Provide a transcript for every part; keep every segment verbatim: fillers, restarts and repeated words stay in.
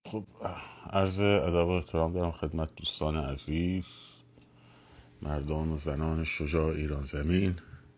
خب، عرض ادب و احترام دارم خدمت دوستان عزیز، مردان و زنان شجاع ایران زمین.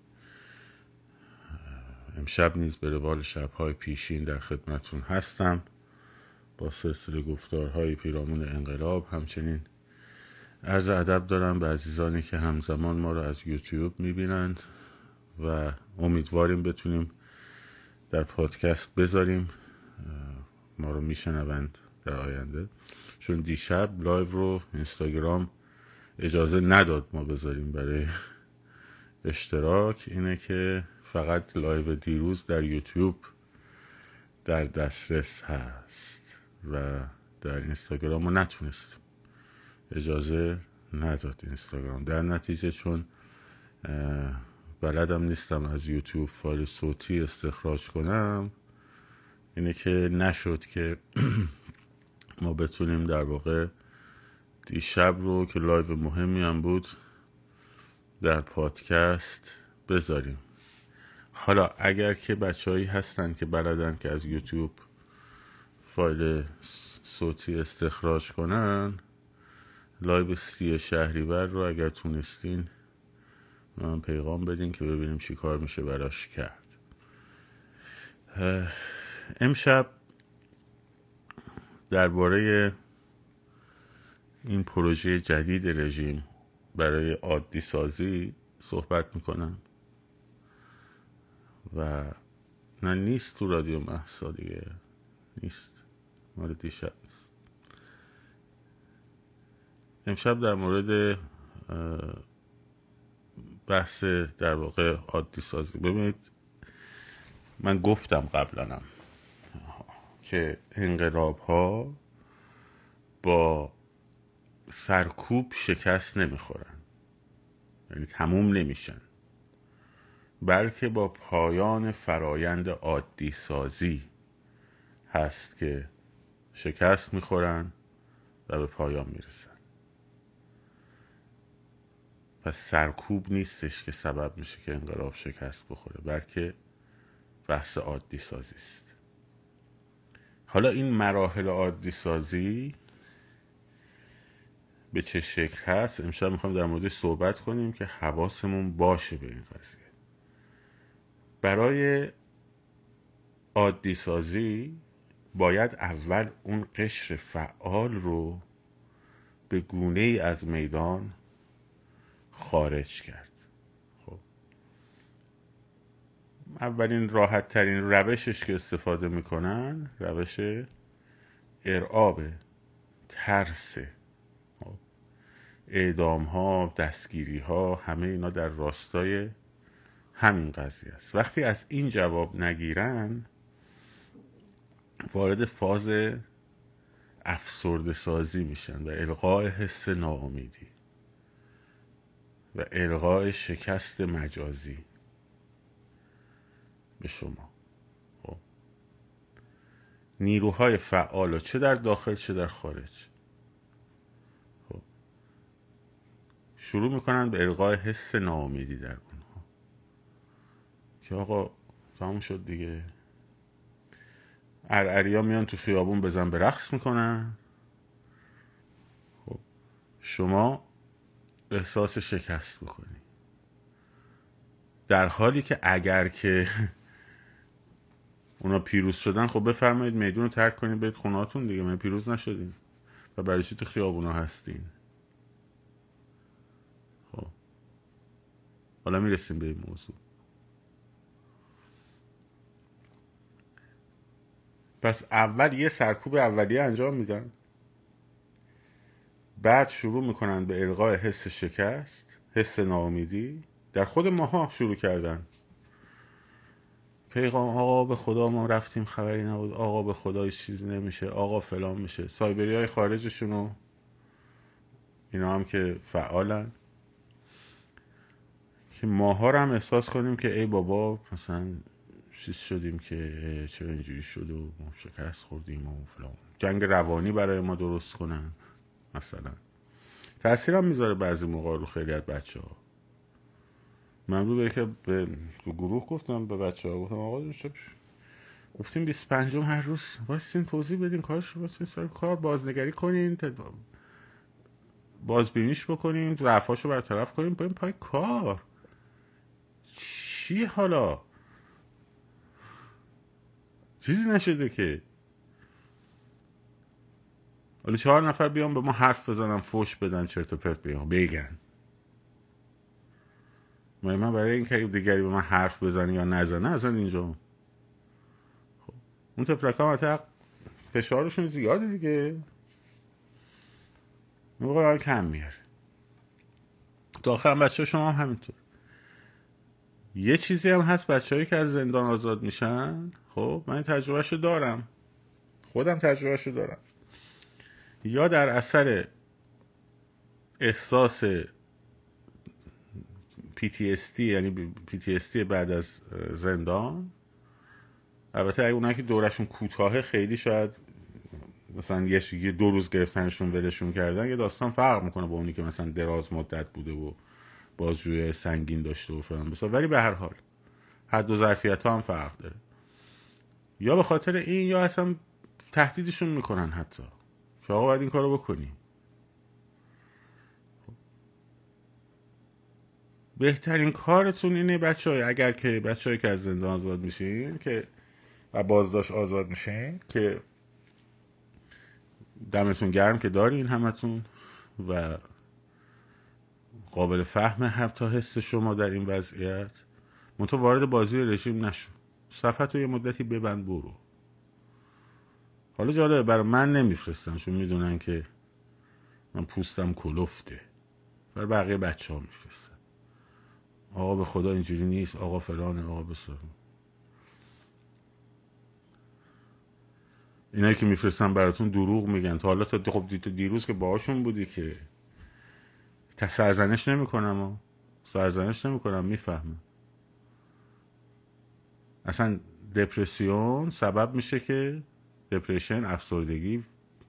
امشب نیز به روال شب‌های پیشین در خدمتون هستم با سلسله گفتارهای پیرامون انقلاب. همچنین عرض ادب دارم به عزیزانی که همزمان ما رو از یوتیوب میبینند و امیدواریم بتونیم در پادکست بذاریم، ما رو میشنوند در آینده، چون دیشب لایو رو اینستاگرام اجازه نداد ما بذاریم برای اشتراک. اینه که فقط لایو دیروز در یوتیوب در دسترس هست و در اینستاگرام رو نتونستیم، اجازه نداد اینستاگرام. در نتیجه چون بلدم نیستم از یوتیوب فایل صوتی استخراج کنم، اینه که نشد که ما بتونیم در واقع دیشب رو که لایو مهمی هم بود در پادکست بذاریم. حالا اگر که بچه‌هایی هستن که بلدن که از یوتیوب فایل صوتی استخراج کنن، لایو سی شهریور رو اگر تونستین من پیغام بدین که ببینیم چی کار میشه براش کرد. امشب درباره این پروژه جدید رژیم برای عادی سازی صحبت میکنم و نه نیست تو رادیو مهسا دیگه، نیست، مال دیشب نیست. امشب در مورد بحث در واقع عادی سازی. ببینید، من گفتم قبلنم که انقلاب ها با سرکوب شکست نمیخورن، یعنی تموم نمیشن، بلکه با پایان فرایند عادی سازی هست که شکست میخورن و به پایان میرسن. پس سرکوب نیستش که سبب میشه که انقلاب شکست بخوره، بلکه بحث عادی سازی است. حالا این مراحل عادی سازی به چه شکل هست امشب میخوایم در موردش صحبت کنیم که حواسمون باشه به این قضیه. برای عادی سازی باید اول اون قشر فعال رو به گونه ای از میدان خارج کرد. خب اولین راحت ترین روشش که استفاده میکنن روش ارعاب، ترسه. اعدام ها، دستگیری ها، همه اینا در راستای همین قضیه است. وقتی از این جواب نگیرن وارد فاز افسرده سازی میشن و القای حس ناامیدی و القای شکست مجازی به شما. خب نیروهای فعال چه در داخل چه در خارج خب شروع میکنن به القای حس ناامیدی در اونها که آقا تموم شد دیگه. ارعریا میان تو خیابون بزن به رقص میکنن. خب شما احساس شکست بکنی، در حالی که اگر که اونا پیروز شدن خب بفرمایید میدون رو ترک کنید برید خونهاتون دیگه، من پیروز نشدین و برای چی تو خیابونا هستین؟ خب حالا میرسیم به این موضوع. پس اول یه سرکوب اولیه انجام میدن، بعد شروع میکنن به القای حس شکست، حس ناامیدی. در خود ماها شروع کردن، پیغام آقا به خدا ما رفتیم خبری نبود، آقا به خدا هیچ چیزی نمیشه، آقا فلان میشه. سایبری های خارجشونو اینا هم که فعالن که ماها رو هم احساس کنیم که ای بابا مثلا چیز شدیم که چرا اینجوری شد و شکست خوردیم و فلان. جنگ روانی برای ما درست کنن مثلا. تأثیر هم میذاره بعضی موقع رو خیلی از بچه ها. من رو به که به تو گروه گفتم به بچه ها، گفتم آقا گفتیم بیست و پنجم هر روز واسین توضیح بدین کارش رو، واسین سر کار بازنگری کنین، بازبینیش بکنیم، ضعفاشو برطرف کنیم، بریم پای کار. چی حالا؟ چیزی نشده که حالا چهار نفر بیان به ما حرف بزنن، فوش بدن، چرت و پرت بیان بگن. من برای این که دیگری به من حرف بزنه یا نزنه اصلا اینجا خب. اون تفلک ها منطق فشارشون زیاده دیگه، موقع کم میاره. داخل بچه شما هم همینطور. یه چیزی هم هست، بچه هایی که از زندان آزاد میشن، خب من تجربهشو دارم، خودم تجربهشو دارم، یا در اثر احساس پی تی اس دی، یعنی پی تی اس دی بعد از زندان، البته اگه اونایی که دورشون کوتاهه خیلی شاید مثلا یه دو روز گرفتنشون ولشون کردن، یه داستان فرق میکنه با اونی که مثلا دراز مدت بوده و بازجویی سنگین داشته و فلان بسا، ولی به هر حال حد و ظرفیت ها هم فرق داره. یا به خاطر این یا اصلا تهدیدشون میکنن حتی که آقا باید این کارو بکنی. بهترین کارتون اینه بچه های، اگر که بچه هایی که از زندان آزاد میشین که و بازداشت آزاد میشین، که دمتون گرم که دارین همتون و قابل فهم حتی حس شما در این وضعیت، منطقه وارد بازی رژیم نشو، صفحتو یه مدتی ببند برو. حالا جالبه برای من نمیفرستن چون میدونن که من پوستم کلفته، برای بقیه بچه ها میفرستن، آقا به خدا اینجوری نیست، آقا فلانه، آقا بسارم. اینایی که میفرستن براتون دروغ میگن. تا حالا تا خب دیروز که باهاشون بودی که سرزنش نمیکنم و سرزنش نمیکنم، میفهمم. اصلا دپرسیون سبب میشه که دپرشن، افسردگی،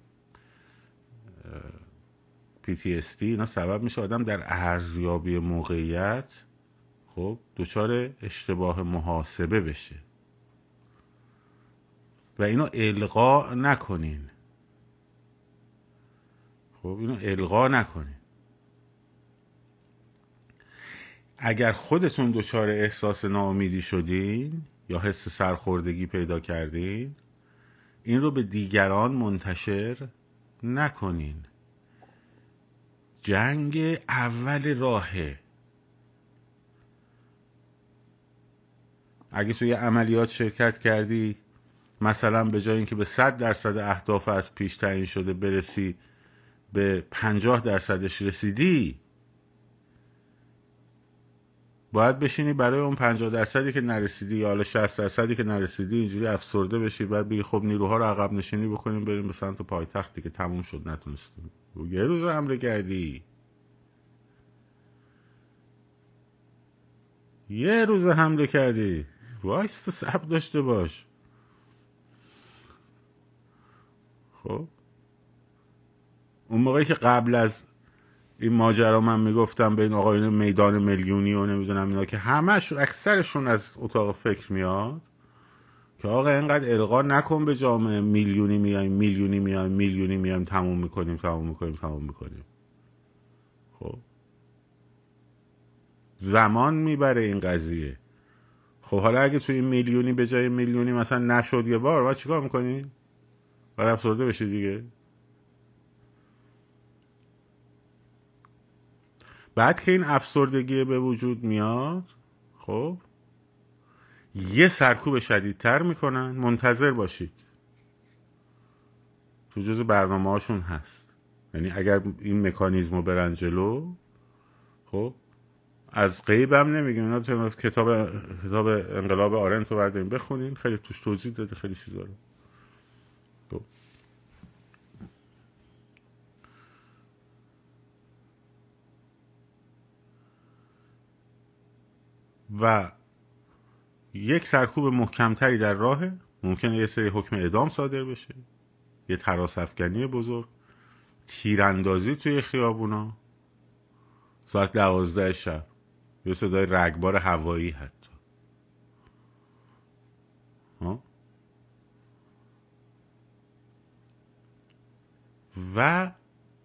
پی تی اس دی، اینا سبب میشه آدم در ارزیابی موقعیت خب دچار اشتباه محاسبه بشه و اینو القا نکنین. خب اینو القا نکنین. اگر خودتون دچار احساس ناامیدی شدین یا حس سرخوردگی پیدا کردین، این رو به دیگران منتشر نکنین. جنگ اول راهه. اگه توی عملیات شرکت کردی، مثلا به جای اینکه به صد درصد اهداف از پیش تعیین شده برسی، به پنجاه درصدش رسیدی، باید بشینی برای اون پنجاه درصدی که نرسیدی یا حالا شصت درصدی که نرسیدی اینجوری افسرده بشی، بعد بگی خب نیروها رو عقب نشینی بکنیم بریم به سمت پایتختی که تموم شد نتونستیم. یه روز حمله کردی، یه روز حمله کردی، وایست صبر داشته باش. خب اون موقعی که قبل از این ماجرا من میگفتم به این آقایون میدان میلیونی و نمیدونم اینا که همش اکثرشون از اتاق فکر میاد که آقا اینقدر القا نکن به جامعه، میلیونی میایم میلیونی میایم میلیونی میایم تموم میکنیم تموم میکنیم تموم میکنیم. خب زمان میبره این قضیه. خب حالا اگه توی میلیونی به جای میلیونی مثلا نشد یه بار، بعد چیکار میکنی؟ بعد افسرده بشی دیگه. بعد که این افسردگی به وجود میاد، خب یه سرکوب شدیدتر میکنن، منتظر باشید. تو جز برنامه هاشون هست. یعنی اگر این مکانیزمو برن جلو، خب از غیب هم نمیگیم. اینا تو کتاب کتاب انقلاب آرنت رو برداریم بخونین، خیلی توش توضیح داده خیلی چیزا رو. خب و یک سرکوب محکمتری در راهه. ممکنه یه سری حکم اعدام صادر بشه، یه تراس افکنی بزرگ، تیراندازی توی خیابونا ساعت دوازده شب، یه صدای رگبار هوایی حتی. ها و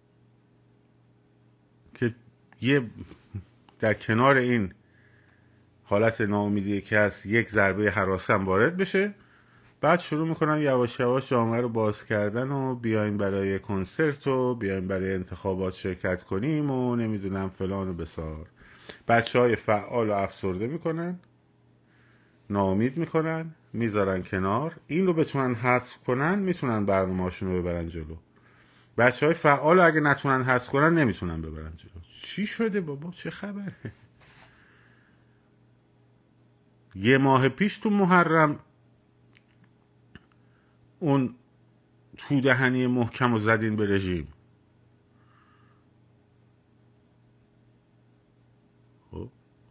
که یه در کنار این حالت ناامیدی که هست یک ضربه هراسه هم وارد بشه، بعد شروع میکنن یواش یواش جامعه رو باز کردن و بیاین برای کنسرت و بیاین برای انتخابات شرکت کنیم و نمیدونم فلان و بسار. بچه های فعال و افسرده میکنن، ناامید میکنن، میذارن کنار. این رو بتونن حذف کنن میتونن برنامه هاشون رو ببرن جلو. بچه های فعال اگه نتونن حذف کنن نمیتونن ببرن جلو. چی شده بابا؟ چه خبره؟ یه ماه پیش تو محرم اون تو دهنی محکم رو زدین به رژیم. خب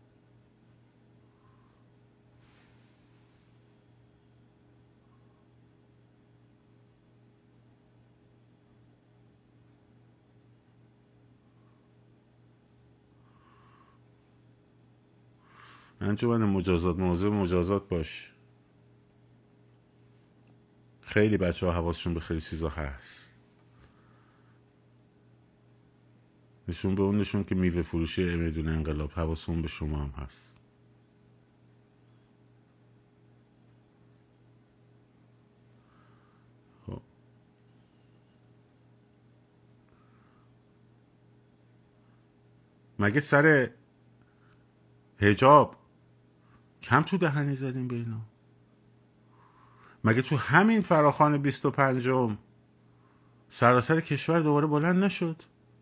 انجمن مجازات موضوع مجازات باش. خیلی بچه ها حواسشون به خیلی چیزا هست. نشون به اون نشون که میوه فروشی میدون انقلاب حواسون به شما هم هست. خب. مگه سر حجاب کم تو دهنی زدیم به اینا؟ مگه تو همین فراخوان بیست و پنجم سراسر کشور دوباره بلند نشد؟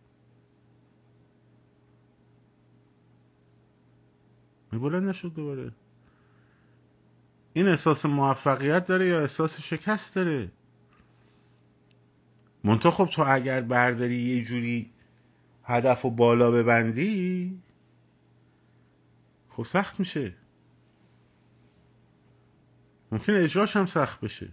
می بلند نشد دوباره؟ این احساس موفقیت داره یا احساس شکست داره؟ منتها خب تو اگر برداری یه جوری هدف و بالا ببندی خب سخت میشه، ممکن اجراش هم سخت بشه.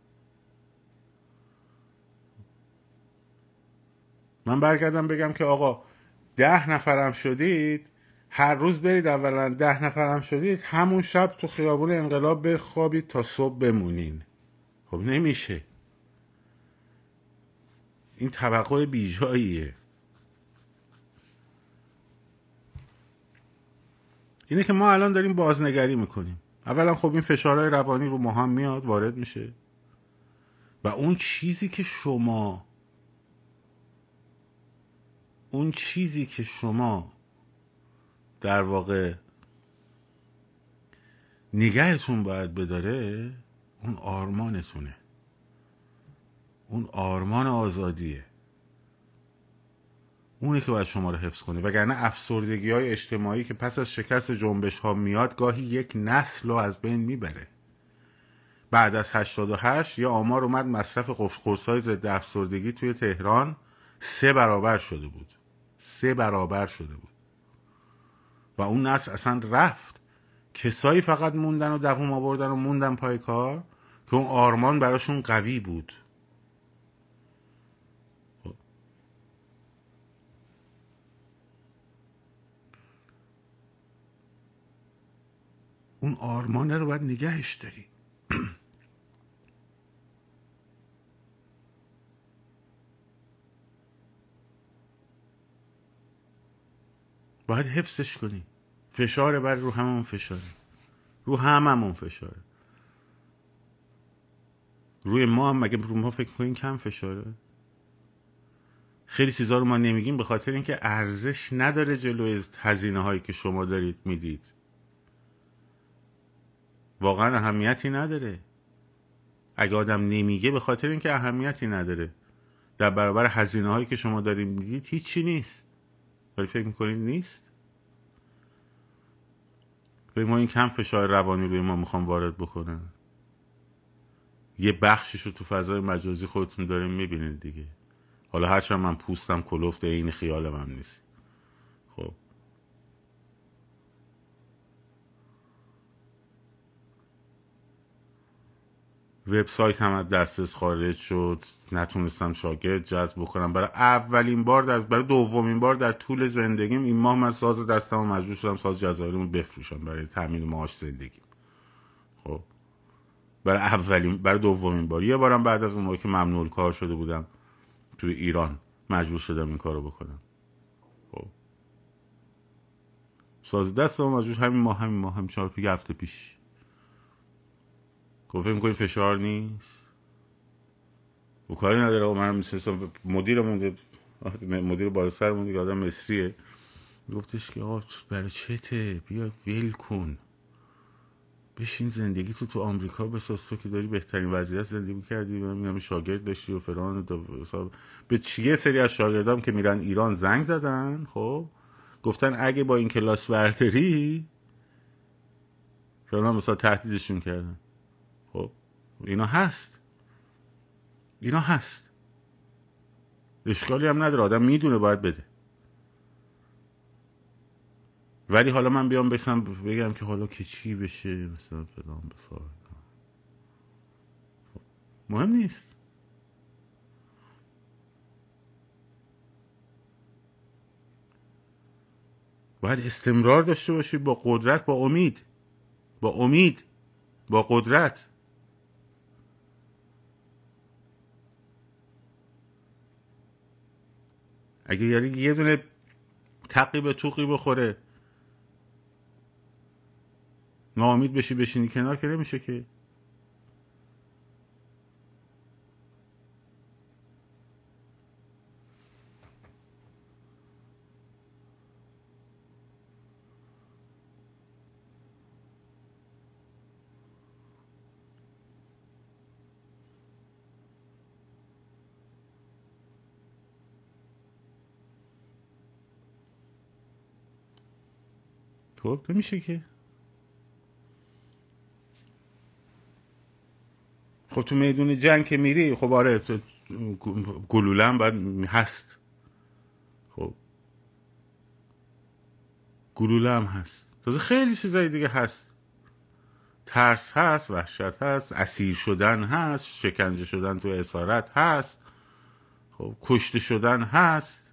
من برگردم بگم که آقا ده نفرم شدید، هر روز برید اولا ده نفرم شدید همون شب تو خیابون انقلاب بخوابید تا صبح بمونین. خب نمیشه، این توقع بیجاییه. اینه که ما الان داریم بازنگری میکنیم. اولا خب این فشارهای روانی رو ما هم میاد وارد میشه و اون چیزی که شما اون چیزی که شما در واقع نگهتون باید بداره اون آرمانتونه، اون آرمان آزادیه، اونه که باید شما رو حفظ کنه. وگرنه افسردگی های اجتماعی که پس از شکست جنبش ها میاد گاهی یک نسل رو از بین میبره. بعد از هشتاد و هشت یا آمار اومد مصرف قرص های ضد افسردگی توی تهران سه برابر شده بود، سه برابر شده بود و اون نسل اصلا رفت. کسایی فقط موندن و دووم آوردن و موندن پای کار که اون آرمان براشون قوی بود. اون آرمانه رو باید نگهش داری. باید حفظش کنی. فشاره بر رو همون فشاره، رو هممون فشاره. روی ما هم مگه رو ما فکر کنین کم فشاره؟ خیلی چیزا رو ما نمیگیم به خاطر اینکه ارزش نداره جلوی هزینه هایی که شما دارید میدید. واقعا اهمیتی نداره. اگه آدم نمیگه به خاطر اینکه اهمیتی نداره. در برابر هزینه هایی که شما دارید میدید هیچی نیست. ولی فکر میکنید نیست؟ به ما این کم فشار روانی روی ما میخوام وارد بکنن. یه بخشش رو تو فضای مجازی خودتون داریم میبینید دیگه. حالا هرچند من پوستم کلفت این خیالم هم نیست. خب وبسایت هم از دسترس خارج شد، نتونستم شاگرد جذب بکنم. برای اولین بار در برای دومین بار در طول زندگیم این ماه من ساز دستم مجبور شدم ساز جزایرمو بفروشم برای تامین معاش زندگیم. خب برای اولین برای دومین بار. یه بارم بعد از اون موقع که ممنوع کار شده بودم توی ایران مجبور شدم این کارو بکنم. خب ساز دست ما مجبور همین ماه همین ماه همین چهار پیگه هفته پیش. خب فکر می‌کنی فشار نیست؟ و کاری نداره. و من مثلا مدیرمون مدیر بالا سرمون دیگه آدم مصریه، گفتش که آقا برای چته، بیا ول کن بشین زندگی تو تو آمریکا بساز، تو که داری بهترین وضعیت زندگی کردی، من شاگرد داشتی و فلان و به چیه. سری از شاگردام که میرن ایران زنگ زدن، خب گفتن اگه با این کلاس برداری فلان، مثلا تهدیدشون کردن. خب اینا هست، اینا هست، اشکالی هم نداره، آدم میدونه باید بده. ولی حالا من بیام بسم بگم که حالا که چی بشه مثلا فلان بسار، مهم نیست. باید استمرار داشته باشی با قدرت، با امید، با امید، با قدرت. اگه یعنی یه دونه تقی به توقی بخوره ناامید بشی بشینی کنار که نمیشه که. خب نمیشه که. خب تو میدون جنگ که میری، خب آره گلوله هم باید هست، خب گلوله هم هست، تازه خیلی چیزایی دیگه هست، ترس هست، وحشت هست، اسیر شدن هست، شکنجه شدن تو اسارت هست، خب کشته شدن هست.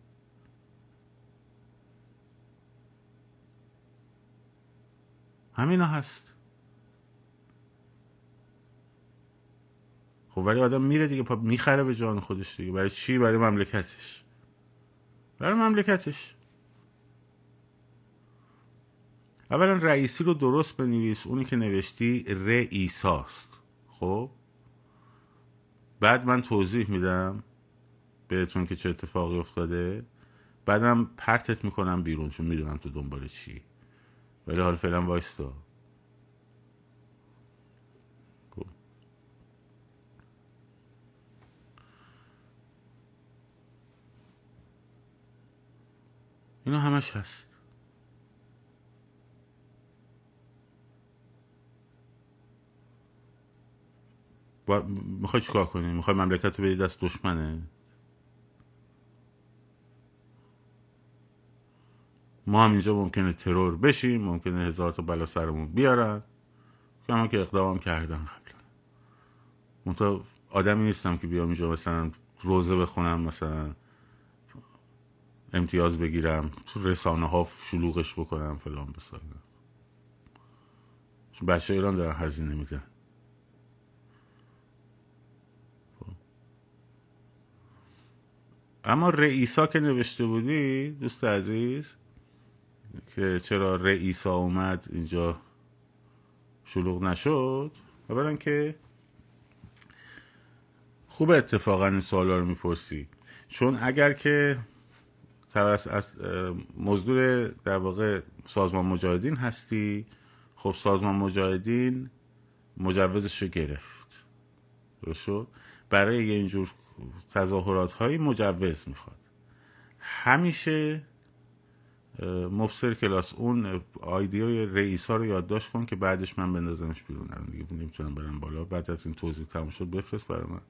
همینا هست. خب ولی آدم میره دیگه، میخره به جان خودش دیگه. برای چی؟ برای مملکتش، برای مملکتش. اولا رئیسی رو درست بنویس، اونی که نوشتی رئیساست. خب بعد من توضیح میدم بهتون که چه اتفاقی افتاده، بعدم پرتت میکنم بیرون چون میدونم تو دنبال چی. ولی حالا فعلا وایستا. خب اینا همش هست. با... میخوای چیکار کنی؟ میخوای مملکت رو بدی دست دشمنه؟ ما هم اینجا ممکنه ترور بشیم، ممکنه هزار تا بلا سرمون بیارن، که همه که اقدام کردن قبلا. منطقه آدمی نیستم که بیام اینجا مثلا روزه بخونم، مثلا امتیاز بگیرم، تو رسانه ها شلوغش بکنم فلان بسارم. بچه ایران دارن هزینه میدن. اما رئیسا که نوشته بودی دوست عزیز که چرا رئیسا اومد اینجا شلوغ نشد، اولا که خوب اتفاقا این سوالا رو میپرسی، چون اگر که از مزدور در واقع سازمان مجاهدین هستی، خب سازمان مجاهدین مجوزش رو گرفت، درست شد؟ برای یه اینجور تظاهرات هایی مجوز میخواد. همیشه مبصر کلاس اون آیدیای رئیسا رو یادداشت کن که بعدش من بندازمش بیرون، دیگه نمیتونم برم بالا. بعد از این توضیح تموم شد بفرست برای من.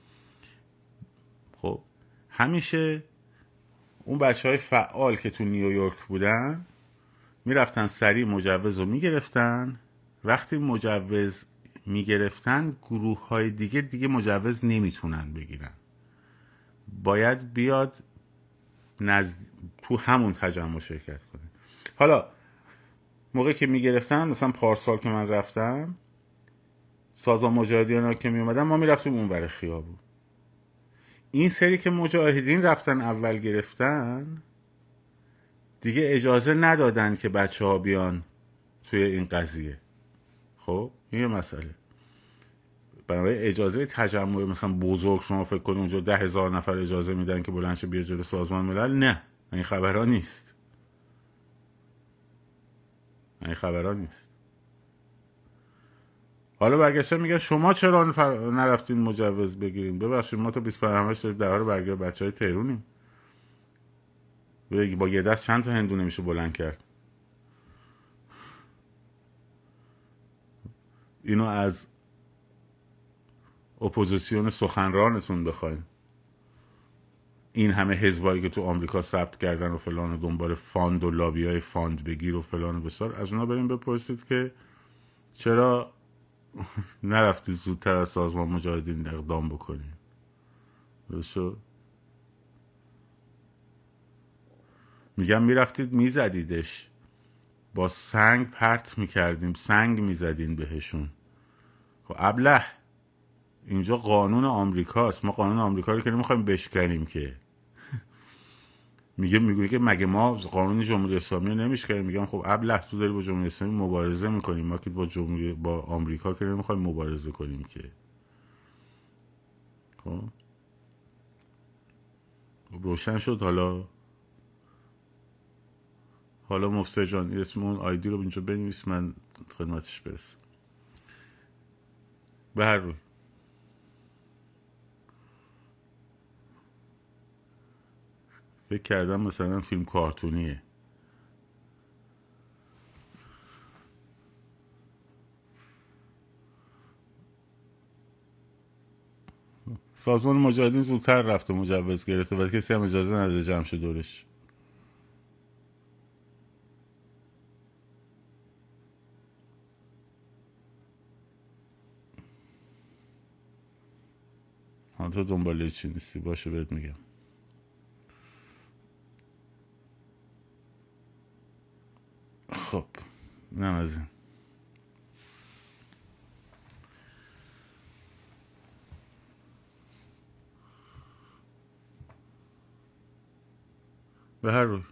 خب همیشه اون بچه های فعال که تو نیویورک بودن میرفتن سریع مجوز رو میگرفتن. وقتی مجوز میگرفتن گروه های دیگه دیگه مجوز نمیتونن بگیرن، باید بیاد نزد... تو همون تجمع شرکت کنه. حالا موقعی که میگرفتن، مثلا پارسال که من رفتم سازمان مجاهدین ها که میومدن، ما میرفتیم اون ور خیابون. این سری که مجاهدین رفتن اول گرفتن دیگه اجازه ندادن که بچه ها بیان توی این قضیه. خب این یه مسئله. برای اجازه تجمع مثلا بزرگ شما فکر کنید اونجا ده هزار نفر اجازه میدن که بلند شه بیا جلوی سازمان ملل؟ نه، این خبرها نیست، این خبرها نیست. حالا برگشتن میگن شما چرا نرفتین مجوز بگیریم؟ ببخشید ما تا بیست و پنج همش داریم در حال برگرد بچه های تهرونیم. با یه دست چند تا هندو نمیشه بلند کرد؟ اینو از اپوزیسیون سخنرانتون بخواین، این همه حزبایی که تو آمریکا ثبت کردن و فلان و دنبال فاند و لابی های فاند بگیر و فلان و بسار، از اونا بریم بپرسید که چرا نرفتید زودتر از سازمان مجاهدین اقدام بکنید. درسته؟ میگم میرفتید میزدیدش، با سنگ پرت میکردیم، سنگ میزدین بهشون. خب ابله، اینجا قانون آمریکاست، ما قانون آمریکا رو که نمیخوایم بشکنیم که. میگه میگه که مگه ما قانون جمهوری اسلامی رو نمیشکنیم؟ میگم خب ابله، تو داری با جمهوری اسلامی مبارزه میکنیم، ما که با جمهوری با آمریکا که نمیخوایم مبارزه کنیم که. خب روشن شد. حالا حالا مفسر جان اسم اون آیدی رو اینجا بنویس، من خدمتش برسم. به هر روی فکر کردم مثلا فیلم کارتونیه. سازمان مجاهدین زودتر رفته مجوز گرفته و کسی هم اجازه نداده جمع شه دورش. ها تو دنباله چی نیستی؟ باشه بهت میگم. خب اینم از این. به هر روی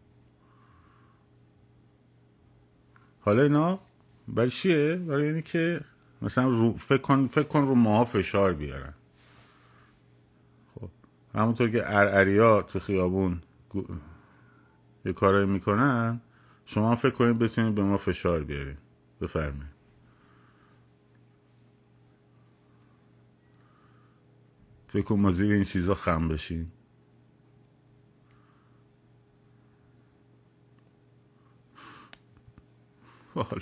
حالا اینا برای چیه؟ برای اینی که مثلا رو فکر کن فکر کن رو ماها فشار بیارن. خب همونطور که ارعریا تو خیابون یه کارایی میکنن، شما فکر کنید بتونید به ما فشار بیارین. بفرمایید. فکر کن ما زیر این چیزا خم بشیم. والا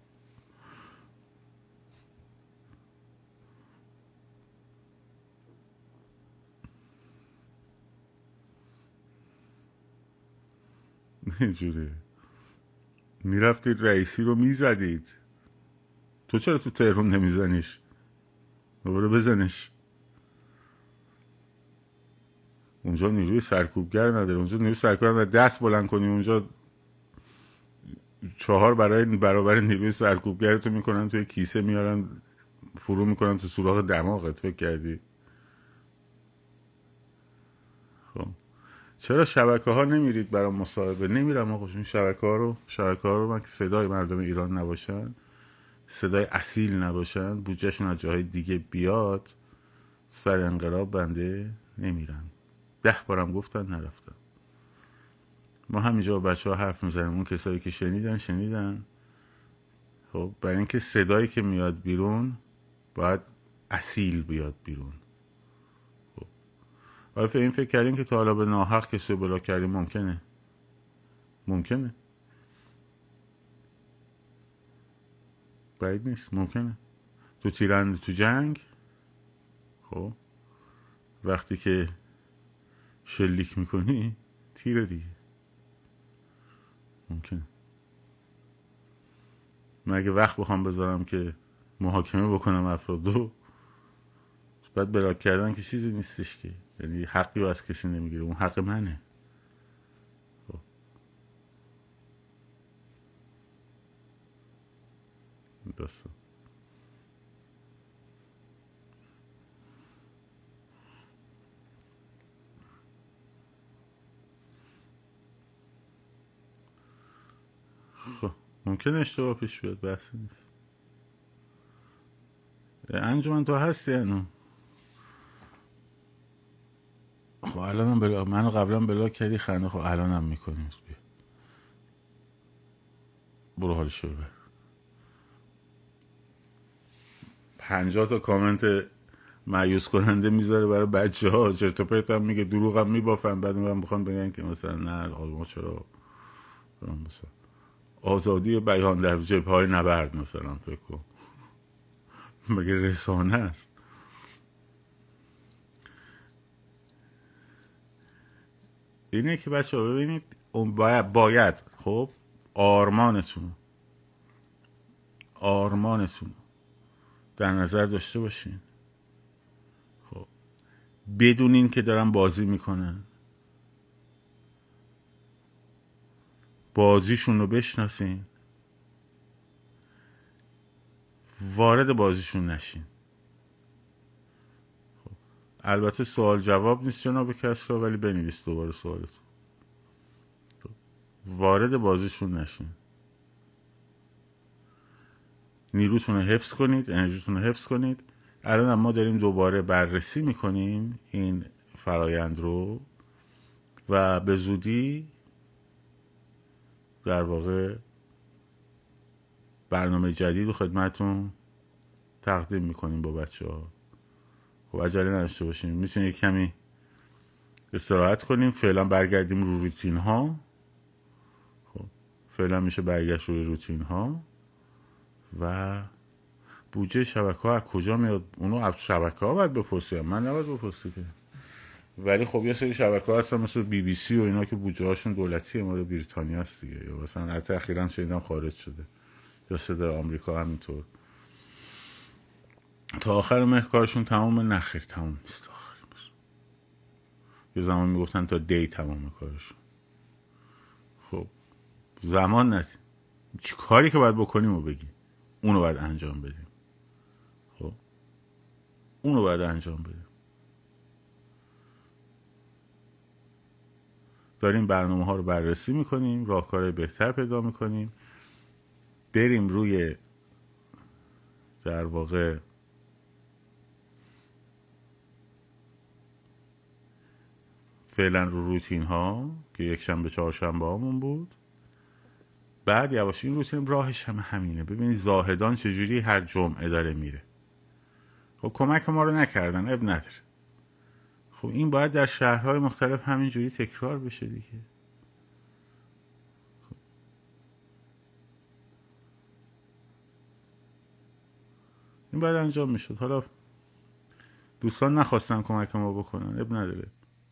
اینجوری میرفتید رئیسی رو میزدید. تو چرا تو تهرون نمیزنیش؟ دوباره بزنش. اونجا نیروی سرکوبگر نداره، اونجا نیروی سرکوبگر نداره. دست بلند کنی اونجا چهار برای برابر نیروی سرکوبگر تو میکنن توی کیسه، میارن فرو میکنن تو سوراخ دماغت. فکر کردی؟ خب چرا شبکه ها نمیرید برای مصاحبه؟ نمیرم آقا. این شبکه ها رو شبکه ها رو من که صدای مردم ایران نباشن، صدای اصیل نباشن، بودجهشون از جاهای دیگه بیاد، سر انقلاب بنده نمیرم. ده بارم گفتن نرفتم. ما همینجا با بچه ها حرف میزنیم، اون کسایی که شنیدن شنیدن. خب برای اینکه صدایی که میاد بیرون باید اصیل بیاد بیرون. خب آیا این فکر کردین که تا حالا به ناحق کسی رو بلاک کردیم؟ ممکنه ممکنه بعید نیست، ممکنه. تو تیراندازی تو جنگ، خب وقتی که شلیک میکنی تیره دیگه، ممکنه. من اگه وقت بخوام بذارم که محاکمه بکنم افرادو، بعد بلاک کردن که چیزی نیستش که، یعنی حقی رو از کسی نمیگیره، اون حق منه. خب داستان خب ممکن اشتباه پیش بیاد، بحثی نیست. انجمن تو هستی هنو؟ خب الانم بلا منو قبلا بلا کردی خنده، خب الانم میکنیم. بیا برو حالشو ببر. پنجاه تا کامنت مایوس کننده میذاره برای بچه ها، چرت و پرت هم میگه، دروغ هم میبافن، بعد من بخوام بگن که مثلا نه آقا چرا مثلا آزادی بیان در جبهه های نبرد مثلا فکر کن مگه رسانه است؟ اینه که بچه ها ببینید باید, باید خب آرمانتون آرمانتون در نظر داشته باشین. خب بدونین که دارن بازی میکنن، بازیشون رو بشناسین، وارد بازیشون نشین. خب. البته سوال جواب نیست جناب کسرا، ولی بنویس دوباره سوالتون. خب. وارد بازیشون نشین، نیروتون رو حفظ کنید، انرژیتون رو حفظ کنید. الان ما داریم دوباره بررسی میکنیم این فرایند رو و به زودی در واقع برنامه جدید رو خدمتون تقدیم میکنیم با بچه ها. خب عجله نداشته باشیم، میتونیم کمی استراحت کنیم، فعلا برگردیم رو روتین ها. خب فعلا میشه برگشت روی روتین ها. و بودجه شبکه ها از کجا میاد؟ اونو از شبکه ها باید بپرسیم، من نباید بپرسی که. ولی خب یه سری شبکه ها هستن مثل بی بی سی و اینا که بودجه هاشون دولتیه، مال بریتانیا است دیگه، یا مثلا حتی اخیراً شنیدم خارج شده، یا صدای آمریکا همینطور. تا آخر ماه کارشون تمام؟ نخیر تمام نیست آخر. یه زمان میگفتن تا دی تمام کارشون. خب زمان ندید، چی کاری که باید بکنیم رو بگیم، اونو باید انجام بدیم. خب اونو باید انجام بدیم. داریم برنامه ها رو بررسی میکنیم، راهکار بهتر پیدا میکنیم، بریم روی در واقع فعلا رو روتین ها که یک شنبه چهار شنبه هامون بود. بعد یواش این روتین راهش هم همینه. ببینید زاهدان چجوری هر جمعه داره میره. خب کمک ما رو نکردن، اب نداره. خب این باید در شهرهای مختلف همینجوری تکرار بشه دیگه. خب. این باید انجام میشد. حالا دوستان نخواستن کمک ما بکنن، اب نداره.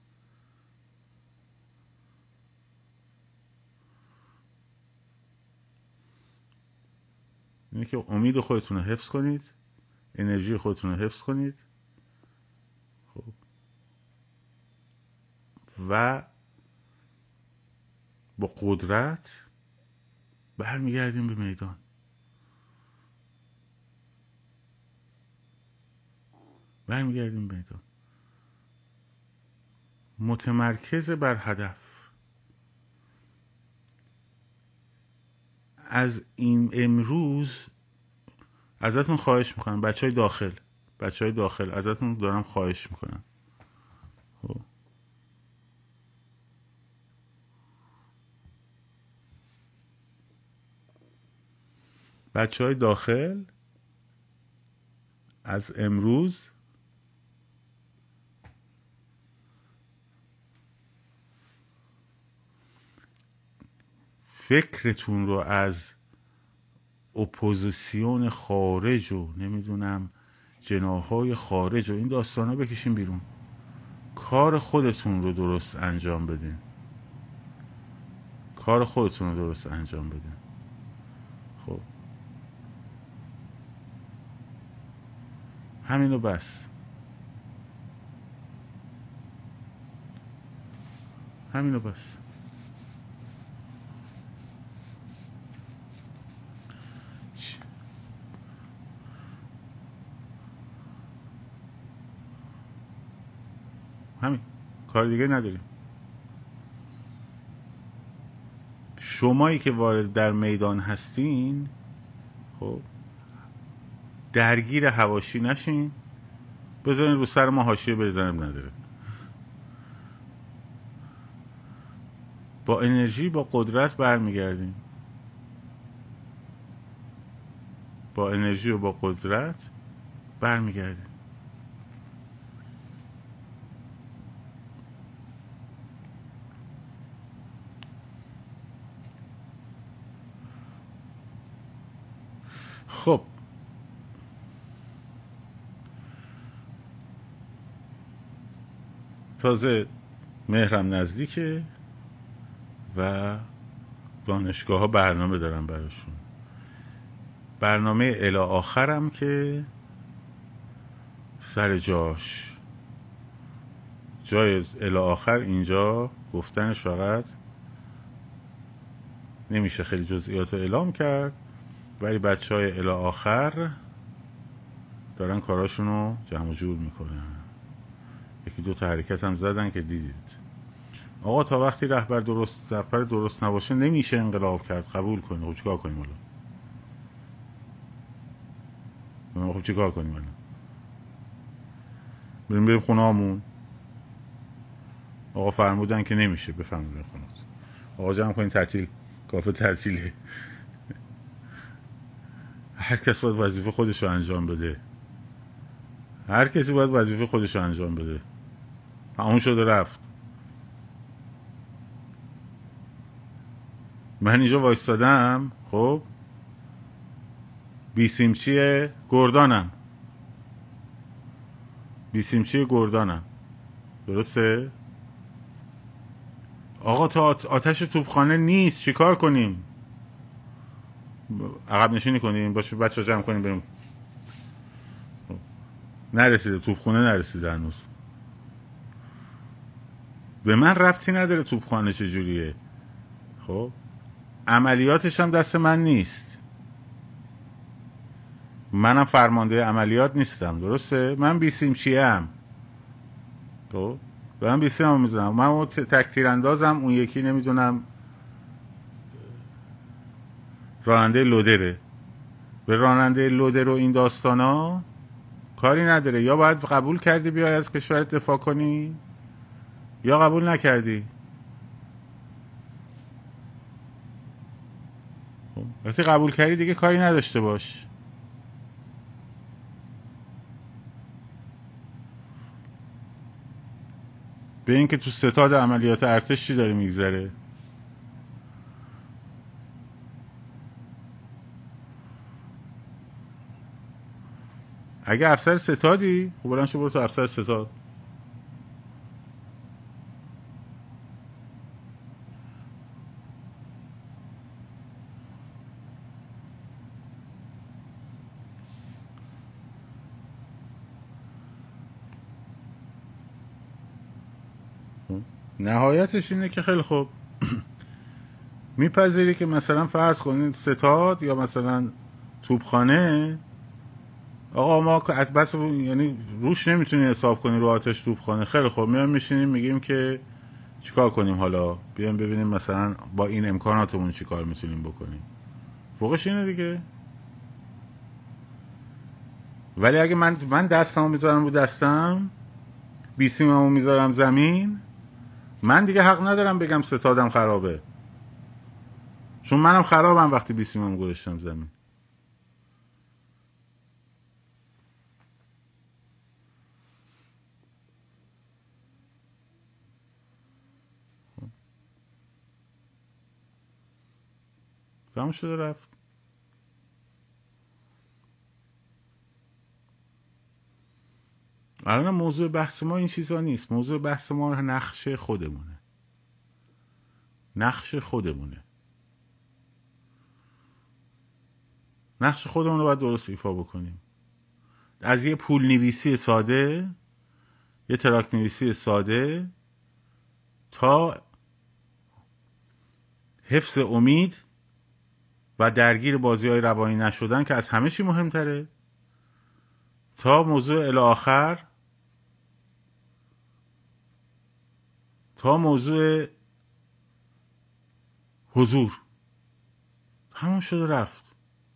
اینه که امید خودتون رو حفظ کنید، انرژی خودتون رو حفظ کنید. خب و با قدرت برمیگردیم به میدان. برمیگردیم به میدان متمرکز بر هدف. از این امروز ازتون خواهش میکنم، بچه های داخل بچه های داخل ازتون دارم خواهش میکنم. خب بچه های داخل از امروز فکرتون رو از اپوزیسیون خارج و نمیدونم جناحهای خارج و این داستانا بکشین بیرون. کار خودتون رو درست انجام بدین. کار خودتون رو درست انجام بدین. خب همینو بس. همینو بس. همین، کار دیگه نداریم. شمایی که وارد در میدان هستین خب درگیر حواشی نشین، بذارین رو سر ما حاشیه بزنم نداره. با انرژی با قدرت برمیگردیم، با انرژی و با قدرت برمیگردیم. خب تازه مهرم نزدیکه و دانشگاه ها برنامه دارم براشون. برنامه الی آخرم که سر جاش، جای الی آخر اینجا گفتنش فقط نمیشه خیلی جزئیات رو اعلام کرد، ولی بچه های الی آخر دارن کاراشون رو جمع جور میکنن. یکی دو تا حرکت هم زدن که دیدید. آقا تا وقتی رهبر درست رهبر درست نباشه نمیشه انقلاب کرد، قبول کنید. خب چیکار کنیم حالا؟ خب چیکار کنیم حالا؟ بریم بریم خونه‌مون. آقا فرمودن که نمیشه، بفهمید بریم خونه. آقا جمع کنین تعطیل، کافه تعطیله. هر کس باید وظیفه خودش رو انجام بده. هر کسی باید وظیفه خودش رو انجام بده. همون شده رفت. من اینجا وایستادم، خب بیسیمچی گردانم بیسیمچی گردانم درسته؟ آقا تا آتش توپخانه نیست چیکار کنیم؟ عقب نشینی کنیم؟ باشه بچه جمع کنیم بریم. نرسیده توپخانه، نرسیده هنوز. به من ربطی نداره توپخانه چجوریه. خب عملیاتش هم دست من نیست، منم فرمانده عملیات نیستم، درسته؟ من بیسیمچیه ام. تو دارم بیسیم هم میزنم. من اون تک تیراندازم، اون یکی نمیدونم راننده لودره. به راننده لودر و این داستانا کاری نداره. یا باید قبول کردی بیای از کشورت دفاع کنی یا قبول نکردی. وقتی قبول کردی دیگه کاری نداشته باش. به این که تو ستاد عملیات ارتش چی داره میگذره. اگه افسر ستادی خب بلند شو برو تو افسر ستاد. نهایتش اینه که خیلی خوب میپذیری که مثلا فرض کنید ستاد یا مثلا توپخانه، آقا ما از بس یعنی روش نمیتونی حساب کنی رو آتش توپخانه. خیلی خوب میام میشینیم میگیم که چیکار کنیم حالا، بیام ببینیم مثلا با این امکاناتمون چیکار میتونیم بکنیم. فوقش اینه دیگه. ولی اگه من من دستمو میذارم رو دستم، بیسیممو میذارم زمین، من دیگه حق ندارم بگم ستادم خرابه، چون منم خرابم وقتی بیسیمم گذاشتم زمین. تمام شده رفت. الان موضوع بحث ما این چیزا نیست. موضوع بحث ما نقش خودمونه. نقش خودمونه. نقش خودمون رو باید درست ایفا بکنیم. از یه پول نویسی ساده، یه تراک نویسی ساده، تا حفظ امید و درگیر بازی های روانی نشدن که از همه چی مهمتره، تا موضوع الی آخر، تا موضوع حضور. همون شده رفت.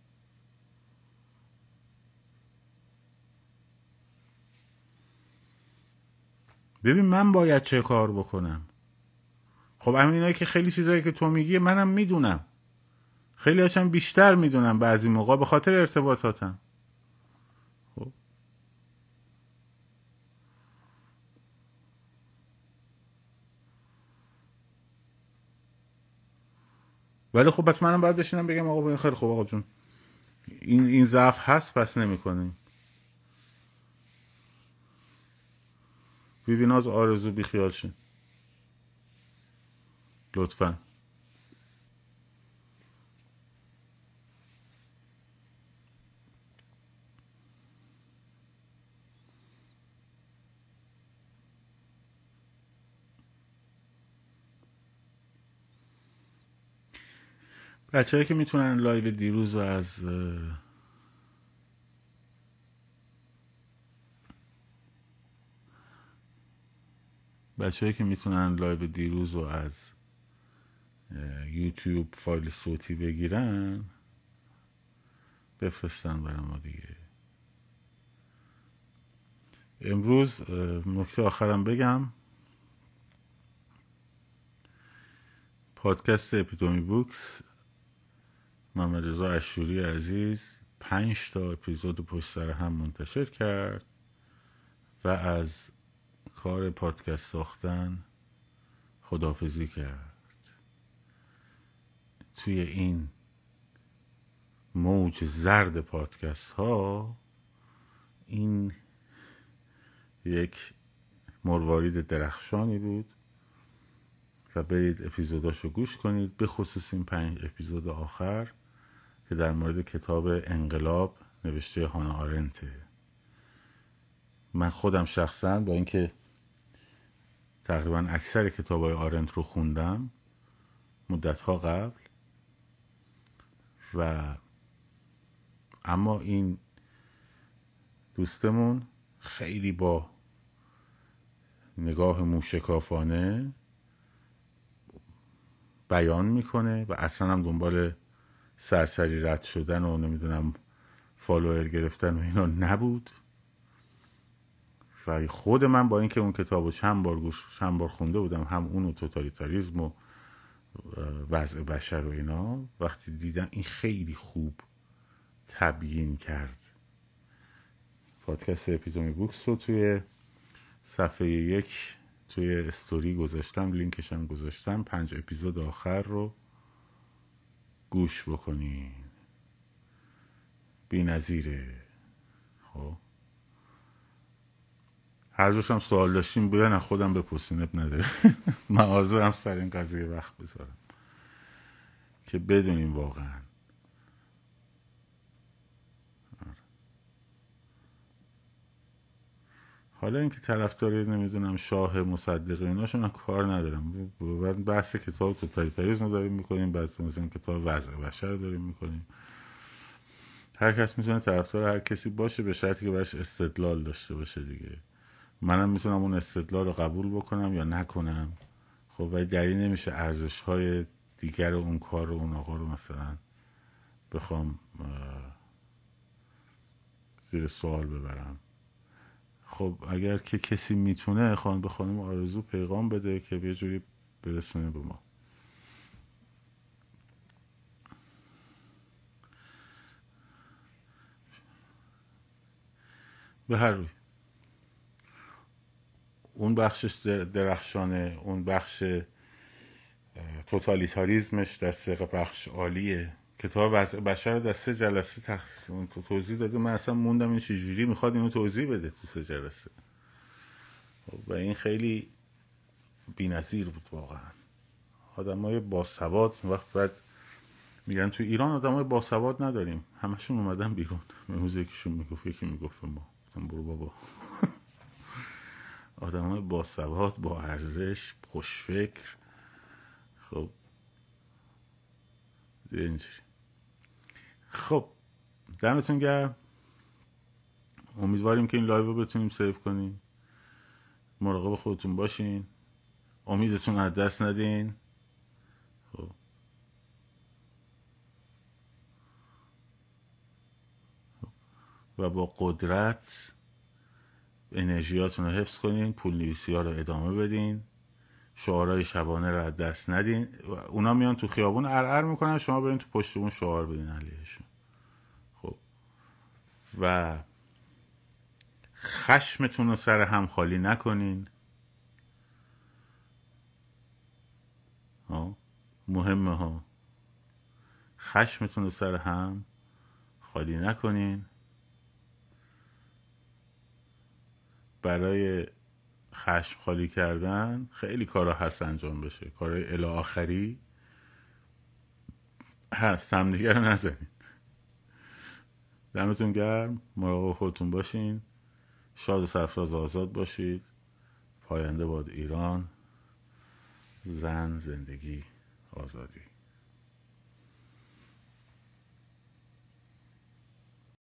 ببین من باید چه کار بکنم؟ خب همینایی که خیلی چیزایی که تو میگی منم میدونم، خیلی هاشم بیشتر میدونم بعضی موقع به خاطر ارتباطاتم. خب ولی خب بس منم باید بشینم بگم آقا ببین خیلی خوب آقا جون این این ضعف هست پس نمیکنیم. ببین از آرزو بی خیال شین لطفاً. بچه‌ای که میتونن لایو دیروز رو از بچه‌ای که میتونن لایو دیروز رو از یوتیوب فایل صوتی بگیرن بفرستن برای ما دیگه. امروز نکته آخرم بگم، پادکست اپیدمی بوکس محمد رضا اشوری عزیز پنج تا اپیزود پشت سر هم منتشر کرد و از کار پادکست ساختن خداحافظی کرد. توی این موج زرد پادکست ها این یک مروارید درخشانی بود و برید اپیزوداشو گوش کنید، به خصوص این پنج اپیزود آخر که در مورد کتاب انقلاب نوشته هانا آرنته. من خودم شخصا با اینکه تقریبا اکثر کتابای آرنت رو خوندم مدتها قبل و اما این دوستمون خیلی با نگاه موشکافانه بیان میکنه و اصلا هم دنبال سرسری رد شدن و نمیدونم فالوور گرفتن و اینا نبود و خود من با اینکه اون کتابو چند بار گوش چند بار خونده بودم، هم اونو توتالیتاریسم و وضع بشر و اینا، وقتی دیدم این خیلی خوب تبیین کرد. پادکست اپیدمی بوکس رو توی صفحه یک توی استوری گذاشتم، لینکش هم گذاشتم. پنج اپیزود آخر رو گوش بکنین، بی نظیره. خب هر جوش هم سوال داشتیم بودن از خودم بپرسین، اب نداره. من حاضرم سر این قضیه وقت بذارم که بدونیم واقعا. حالا اینکه طرفداری نمیدونم شاه مصدق ایناشو من کار ندارم. بعد بحث کتاب توتالیتاریسم رو داریم میکنیم، بعد مثلا کتاب وضع بشر رو داریم میکنیم. هر کس میتونه طرفدار هر کسی باشه به شرطی که براش استدلال داشته باشه دیگه. منم میتونم اون استدلال رو قبول بکنم یا نکنم، خب ولی دلیل نمیشه ارزش های دیگر اون کار رو اون آقا رو مثلا بخوام زیر سوال ببرم. خب اگر که کسی میتونه خانم به خانم آرزو پیغام بده که یه جوری برسونه به ما. به هر روی اون بخشش درخشانه، اون بخش توتالیتاریزمش در سه بخش عالیه. کتاب وضع بشر در سه جلسه تخ... توضیح داده. من اصلا موندم این چجوری میخواد اینو توضیح بده تو سه جلسه و این خیلی بی‌نظیر بود واقعا. آدمای باسواد وقت بعد میگن تو ایران آدمای باسواد نداریم، همشون اومدن بیرون. امروز یکیشون میگفت یکی میگفت ما گفتم برو بابا. آدمای باسواد، با ارزش، خوشفکر. خب اینجوری. خب دمتون گرم. امیدواریم که این لایو رو بتونیم سیو کنیم. مراقب خودتون باشین، امیدتون از دست ندین. خب و با قدرت انرژیاتون رو حفظ کنین، پول نویسی ها رو ادامه بدین، شعارهای شبانه رو از دست ندین. اونا میان تو خیابون ارعر میکنن، شما برین تو پشتمون شعار بدین علیهشون. خب و خشمتون رو سر هم خالی نکنین. ها مهمه ها، خشمتون رو سر هم خالی نکنین. برای خشم خالی کردن خیلی کارا هست انجام بشه، کارهای الی آخری هست، هم دیگه رو نزنین. دمتون گرم، مراقب خودتون باشین، شاد و سرفراز آزاد باشید. پاینده باد ایران، زن، زندگی، آزادی.